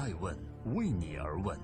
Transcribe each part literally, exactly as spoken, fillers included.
爱问为你而问。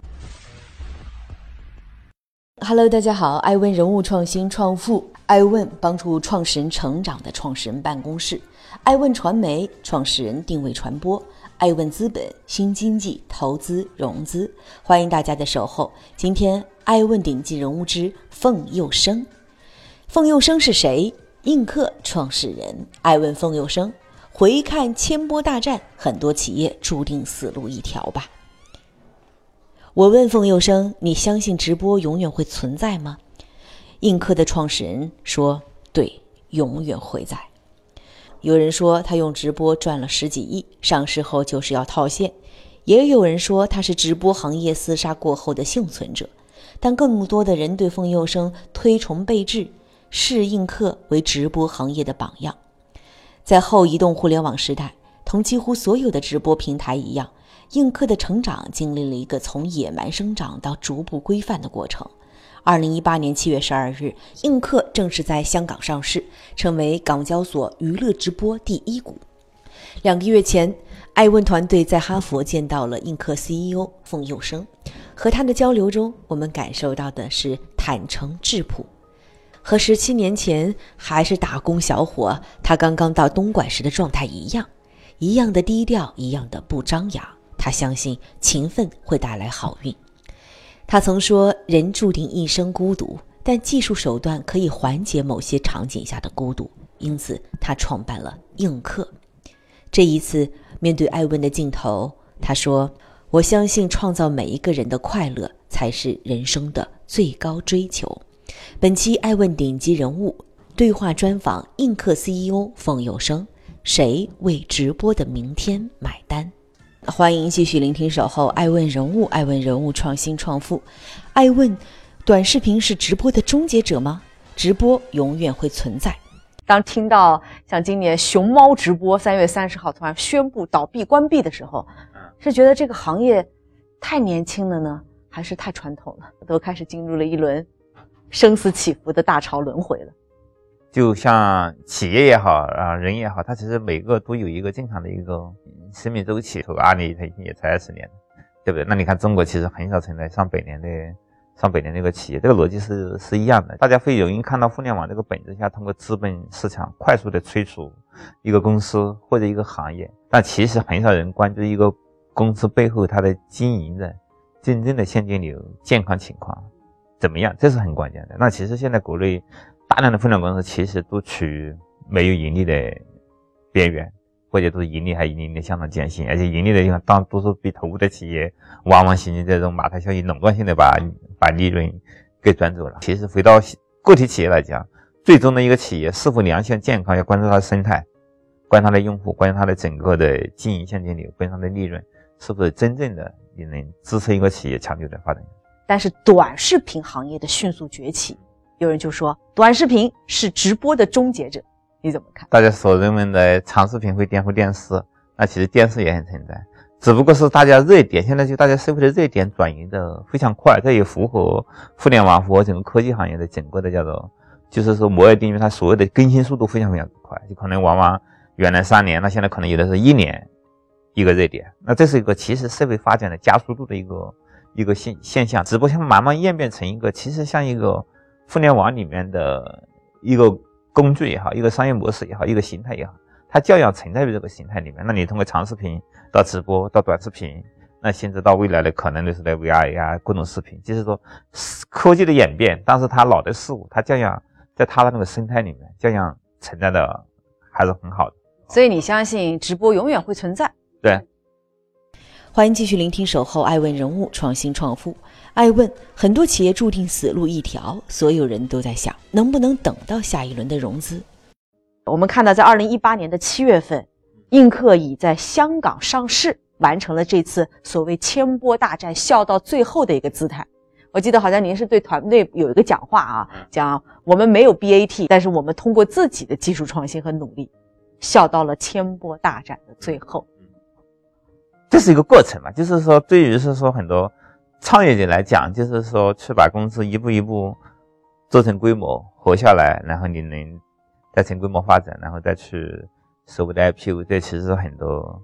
Hello， 大家好，爱问人物创新创富，爱问帮助创始人成长的创始人办公室，爱问传媒创始人定位传播，爱问资本新经济投资融资，欢迎大家的守候。今天爱问顶级人物之凤佑生。凤佑生是谁？映客创始人。爱问凤佑生。回看千波大战，很多企业注定死路一条吧。我问凤佑生，你相信直播永远会存在吗？映客的创始人说，对，永远会在。有人说他用直播赚了十几亿，上市后就是要套现，也有人说他是直播行业厮杀过后的幸存者，但更多的人对凤佑生推崇备至，视映客为直播行业的榜样。在后移动互联网时代，同几乎所有的直播平台一样，映客的成长经历了一个从野蛮生长到逐步规范的过程。二零一八年七月十二日，映客正式在香港上市，成为港交所娱乐直播第一股。两个月前，爱问团队在哈佛见到了映客 C E O 凤佑生，和他的交流中，我们感受到的是坦诚质朴。和十七年前还是打工小伙，他刚刚到东莞时的状态一样，一样的低调，一样的不张扬。他相信勤奋会带来好运。他曾说，人注定一生孤独，但技术手段可以缓解某些场景下的孤独，因此他创办了映客。这一次面对爱问的镜头，他说，我相信创造每一个人的快乐才是人生的最高追求。本期爱问顶级人物对话专访映客 C E O 凤佑生，谁为直播的明天买单？欢迎继续聆听守候爱问人物，爱问人物创新创富。爱问，短视频是直播的终结者吗？直播永远会存在。当听到像今年熊猫直播三月三十号突然宣布倒闭关闭的时候，是觉得这个行业太年轻了呢，还是太传统了？都开始进入了一轮生死起伏的大潮轮回了。 就像企业也好啊，人也好，它其实每个都有一个正常的一个生命周期。阿里它也才二十年，对不对？那你看中国其实很少存在上百年的上百年的一个企业，这个逻辑是是一样的。大家会容易看到互联网这个本质下，通过资本市场快速的催促一个公司或者一个行业，但其实很少人关注一个公司背后它的经营的真正的现金流健康情况怎么样，这是很关键的。那其实现在国内大量的互联网公司其实都处于没有盈利的边缘，或者都是盈利还盈利的相当艰辛，而且盈利的地方当都是被投入的企业往往形成这种马太效应，垄断性的把把利润给转走了。其实回到个体企业来讲，最终的一个企业是否良性健康，要关注它的生态，关注它的用户，关注它的整个的经营现金流，关注它的利润是不是真正的也能支撑一个企业长久的发展。 但是短视频行业的迅速崛起，有人就说短视频是直播的终结者，你怎么看？ 大家所认为的长视频会颠覆电视，那其实电视也很存在，只不过是大家热点，现在就大家社会的热点转移的非常快，这也符合互联网符合整个科技行业的整个的叫做就是说摩尔定律，它所有的更新速度非常非常快，就可能往往原来三年，那现在可能有的是一年一个热点，那这是一个其实社会发展的加速度的一个一个现现象。直播现在慢慢演变成一个其实像一个互联网里面的一个工具也好，一个商业模式也好，一个形态也好，它照样存在于这个形态里面。那你通过长视频到直播到短视频，那甚至到未来的可能就是在 V R A R 各种视频，就是说科技的演变，但是它老的事物它照样在它的那个生态里面照样存在的还是很好的。 所以你相信直播永远会存在？ 对。 欢迎继续聆听守候爱问人物创新创富。爱问，很多企业注定死路一条，所有人都在想能不能等到下一轮的融资。我们看到在二零一八年的七月份，映客已在香港上市，完成了这次所谓千波大战笑到最后的一个姿态。我记得好像您是对团队有一个讲话啊，讲我们没有 B A T， 但是我们通过自己的技术创新和努力，笑到了千波大战的最后。 这是一个过程嘛，就是说对于是说很多创业者来讲，就是说去把公司一步一步做成规模活下来，然后你能再成规模发展，然后再去所谓的 I P O， 这其实是很多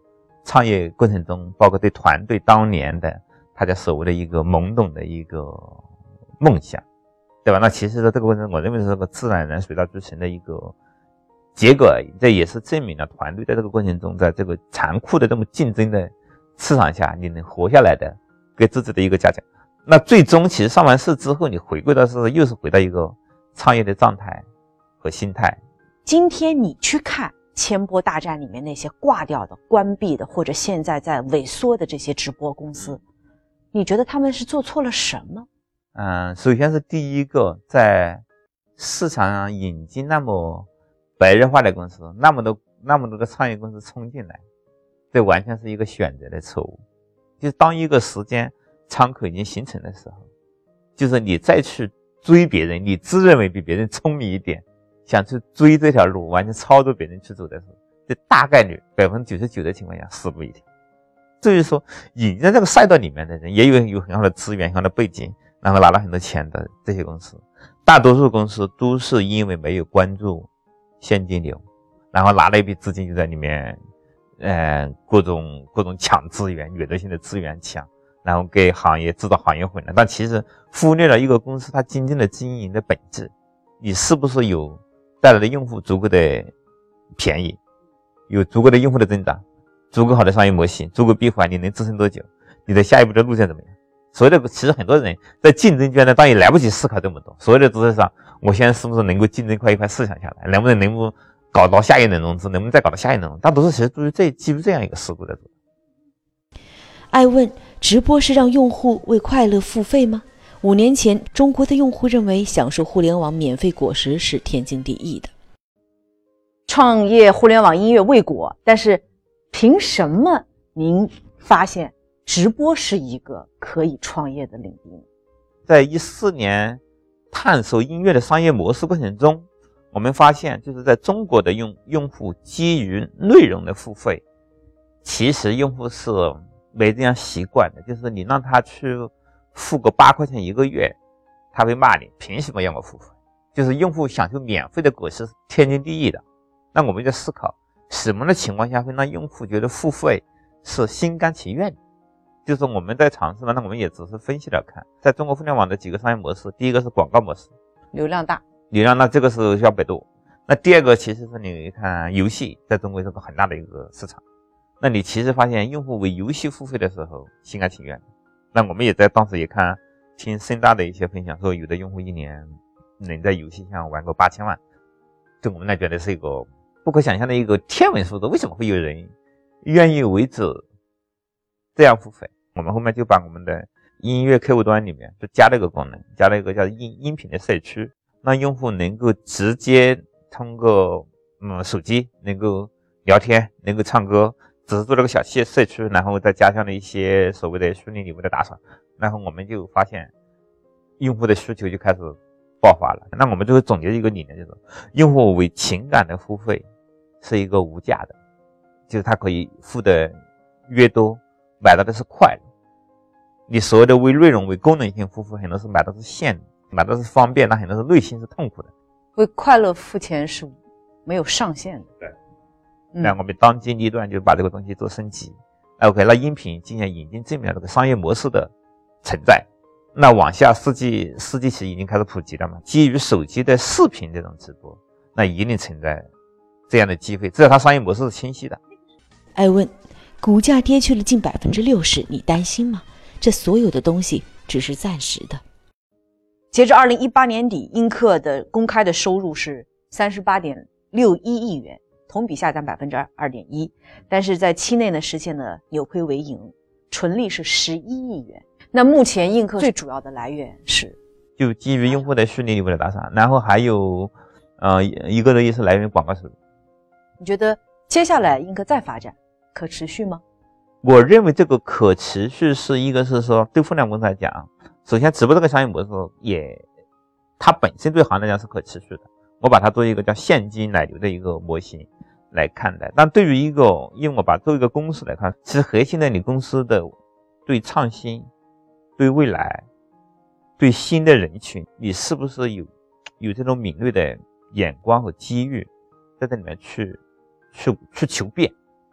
创业过程中，包括对团队当年的大家所谓的一个懵懂的一个梦想，对吧？那其实呢，这个过程我认为是个自然而然水到渠成的一个结果而已。这也是证明了团队在这个过程中，在这个残酷的这么竞争的市场下，你能活下来的，给自己的一个嘉奖。那最终其实上完市之后，你回归到是又是回到一个创业的状态和心态。 今天你去看千波大战里面那些挂掉的、关闭的，或者现在在萎缩的这些直播公司，你觉得他们是做错了什么？ 嗯，首先是第一个，在市场上引进那么白热化的公司，那么多那么多的创业公司冲进来，这完全是一个选择的错误。就是当一个时间窗口已经形成的时候，就是你再去追别人，你自认为比别人聪明一点，想去追这条路，完全超过别人去走的时候，这大概率百分之九十九的情况下死不一条。至于说引进这个赛道里面的人，也有有很好的资源、很好的背景，然后拿了很多钱的这些公司，大多数公司都是因为没有关注现金流，然后拿了一笔资金就在里面，呃，各种各种抢资源，掠夺性的资源抢。然后给行业制造行业混乱，但其实忽略了一个公司它真正的经营的本质，你是不是有带来的用户足够的便宜，有足够的用户的增长，足够好的商业模型，足够闭环，你能支撑多久，你的下一步的路线怎么样。所谓的其实很多人在竞争圈呢，当然来不及思考这么多，所谓的只是上我现在是不是能够竞争快一块市场下来，能不能能不能搞到下一轮融资，能不能再搞到下一轮融资，大多数其实都是这基于这样一个思路在做。 爱问，直播是让用户为快乐付费吗？五年前，中国的用户认为享受互联网免费果实是天经地义的。创业互联网音乐未果，但是凭什么您发现直播是一个可以创业的领域呢？ 在一四年探索音乐的商业模式过程中，我们发现就是在中国的用用户基于内容的付费，其实用户是没这样习惯的，就是你让他去付个八块钱一个月，他会骂你凭什么要我付费，就是用户享受免费的果实是天经地义的。那我们在思考什么的情况下会让用户觉得付费是心甘情愿的，就是我们在尝试呢，那我们也只是分析了看，在中国互联网的几个商业模式，第一个是广告模式， 流量大， 流量大，这个是像百度。那第二个其实是你看游戏在中国是个很大的一个市场，那你其实发现用户为游戏付费的时候心甘情愿。那我们也在当时也看听深大的一些分享，说有的用户一年能在游戏上玩个八千万，对我们来觉得是一个不可想象的一个天文数字。为什么会有人愿意为之这样付费？我们后面就把我们的音乐客户端里面就加了一个功能，加了一个叫音音频的社区，让用户能够直接通过嗯手机能够聊天，能够唱歌，只是做了个小社社区，然后再加上了一些所谓的虚拟礼物的打赏，然后我们就发现用户的需求就开始爆发了。那我们就会总结一个理念，就是用户为情感的付费是一个无价的，就是他可以付的越多，买到的是快乐。你所谓的为内容为功能性付费，很多是买到是线，买到是方便，那很多是内心是痛苦的。 为快乐付钱是没有上限的。 对。那我们当机立断就把这个东西做升级。OK， 那音频今年引进证明了这个商业模式的存在。那往下世纪世纪起已经开始普及了嘛，基于手机的视频这种直播，那一定存在这样的机会，至少它商业模式是清晰的。 爱问，股价跌去了近百分之六十，你担心吗？这所有的东西只是暂时的。截至二零一八年底，映客的公开的收入是三十八点六一亿元，同比下降百分之二点一，但是在期内呢实现了扭亏为盈，纯利是十一亿元。那目前映客最主要的来源是就基于用户的虚拟礼物的打赏，然后还有呃一个的意思来源于广告收入。 你觉得接下来映客再发展可持续吗？ 我认为这个可持续是一个是说对互联网公司来讲，首先直播这个商业模式也它本身对行业来讲是可持续的，我把它作为一个叫现金奶流的一个模型来看待。但对于一个因为我把作为一个公司来看，其实核心的你公司的对创新、对未来、对新的人群，你是不是有有这种敏锐的眼光和机遇在这里面去去去求变。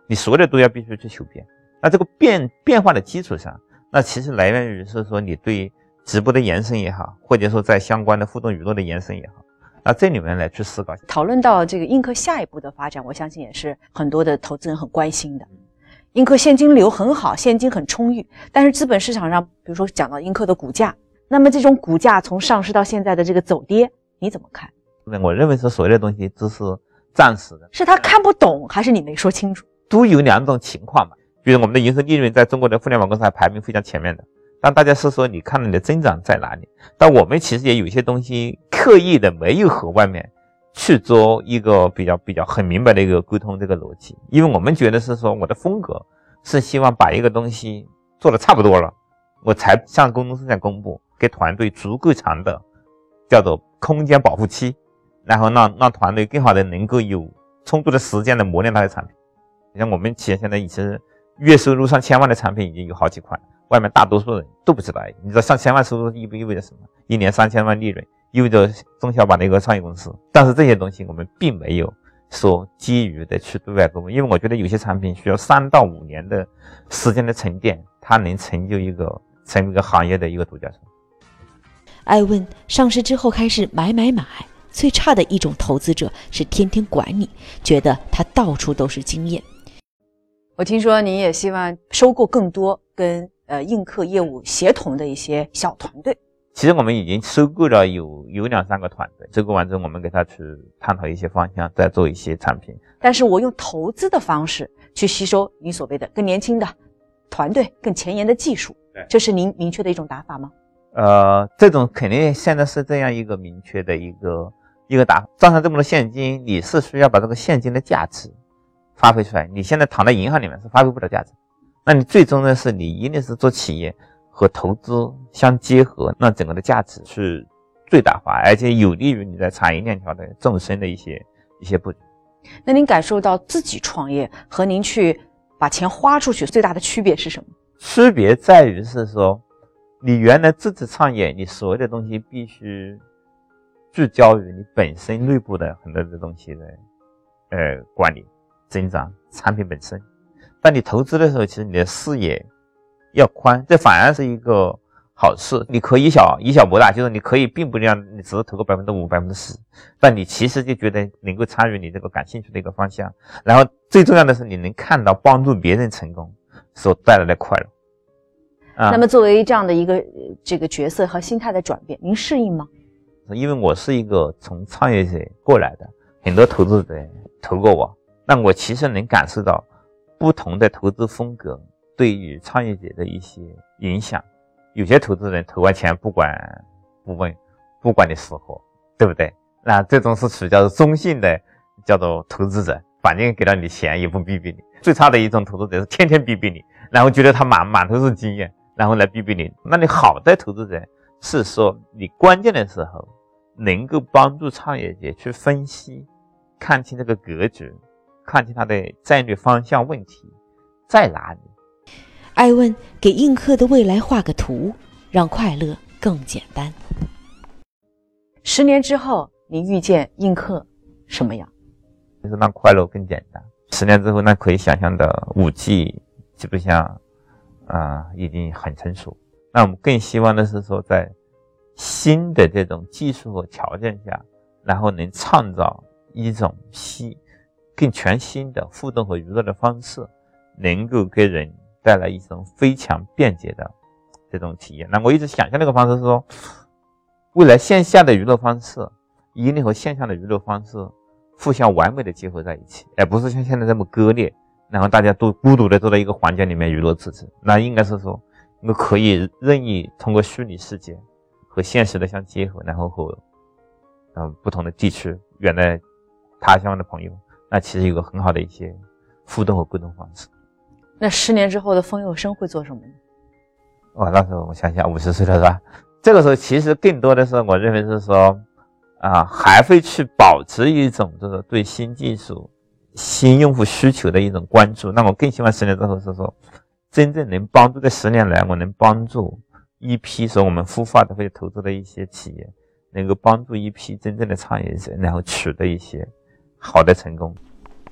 你所有的都要必须去求变。那这个变变化的基础上，那其实来源于是说你对直播的延伸也好，或者说在相关的互动娱乐的延伸也好，那这里面来去思考。 讨论到这个映客下一步的发展，我相信也是很多的投资人很关心的。映客现金流很好，现金很充裕，但是资本市场上，比如说讲到映客的股价，那么这种股价从上市到现在的这个走跌，你怎么看？ 我认为是所有的东西都是暂时的， 是他看不懂，还是你没说清楚？ 都有两种情况嘛。比如我们的营收利润在中国的互联网公司还排名非常前面的，但大家是说你看你的增长在哪里？但我们其实也有一些东西刻意的没有和外面去做一个比较比较很明白的一个沟通这个逻辑，因为我们觉得是说我的风格是希望把一个东西做得差不多了，我才向公众市场公布，给团队足够长的叫做空间保护期，然后让让团队更好的能够有充足的时间来磨练它的产品。像我们企业现在已经月收入上千万的产品已经有好几款，外面大多数人都不知道。你知道上千万收入意不意味着什么？一年三千万利润，意味着中小板的一个创业公司。但是这些东西我们并没有说基于的去对外公布，因为我觉得有些产品需要三到五年的时间的沉淀，它能成就一个成为一个行业的一个独角兽。 艾问上市之后开始买买买，最差的一种投资者是天天管你，觉得他到处都是经验。我听说你也希望收购更多跟呃映客业务协同的一些小团队。 其实我们已经收购了有有两三个团队，收购完之后我们给他去探讨一些方向，再做一些产品。 但是我用投资的方式去吸收你所谓的更年轻的团队、更前沿的技术，这是您明确的一种打法吗？ 呃，这种肯定现在是这样一个明确的一个一个打法。账上这么多现金，你是需要把这个现金的价值发挥出来，你现在躺在银行里面是发挥不了价值。那你最终呢，是你一定是做企业和投资相结合，让整个的价值是最大化，而且有利于你在产业链条的纵深的一些一些布局。 那您感受到自己创业和您去把钱花出去最大的区别是什么？区别在于是说，你原来自己创业，你所有的东西必须聚焦于你本身内部的很多的东西的呃管理、增长、产品本身。但你投资的时候，其实你的视野要宽，这反而是一个好事。你可以以小以小博大，就是你可以并不这样，你只是投个百分之五、百分之十，但你其实就觉得能够参与你这个感兴趣的一个方向。然后最重要的是，你能看到帮助别人成功所带来的快乐。 啊、那么作为这样的一个这个角色和心态的转变，您适应吗？ 因为我是一个从创业者过来的，很多投资者投过我，那我其实能感受到不同的投资风格对于创业者的一些影响。有些投资人投完钱不管不问，不管你死活，对不对？那这种是属于叫做中性的叫做投资者，反正给了你钱也不逼逼你。最差的一种投资者是天天逼逼你，然后觉得他满满都是经验，然后来逼逼你。那你好的投资者是说你关键的时候能够帮助创业者去分析，看清这个格局，看清他的战略方向问题在哪里。 艾问给映客的未来画个图，让快乐更简单。十年之后你遇见映客什么样？ 就是让快乐更简单。十年之后，那可以想象的 五 G 基本上啊、呃、已经很成熟。那我们更希望的是说，在新的这种技术和条件下，然后能创造一种新更全新的互动和娱乐的方式，能够给人带来一种非常便捷的这种体验。那我一直想象那个方式是说，未来线下的娱乐方式一定和线上的娱乐方式互相完美的结合在一起，而不是像现在这么割裂，然后大家都孤独的坐在一个环境里面娱乐自己。那应该是说我可以任意通过虚拟世界和现实的相结合，然后和呃不同的地区远在他乡的朋友，那其实有个很好的一些互动和沟通方式。 那十年之后的风佑生会做什么呢？ 哦，那时候我想想五十岁了是吧？这个时候其实更多的是我认为是说啊，还会去保持一种就是对新技术、新用户需求的一种关注。那我更希望十年之后是说，真正能帮助这十年来我能帮助一批说我们孵化的会投资的一些企业，能够帮助一批真正的创业者，然后取得一些好的成功。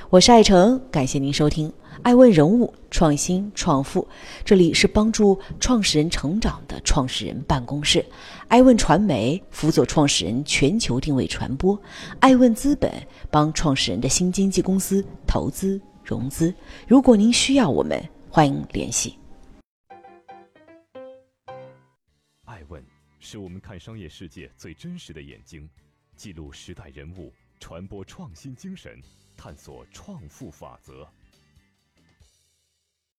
我是爱成，感谢您收听爱问人物创新创富，这里是帮助创始人成长的创始人办公室。爱问传媒辅佐创始人全球定位传播，爱问资本帮创始人的新经纪公司投资融资。如果您需要我们，欢迎联系。 爱问是我们看商业世界最真实的眼睛，记录时代人物，传播创新精神，探索创富法则。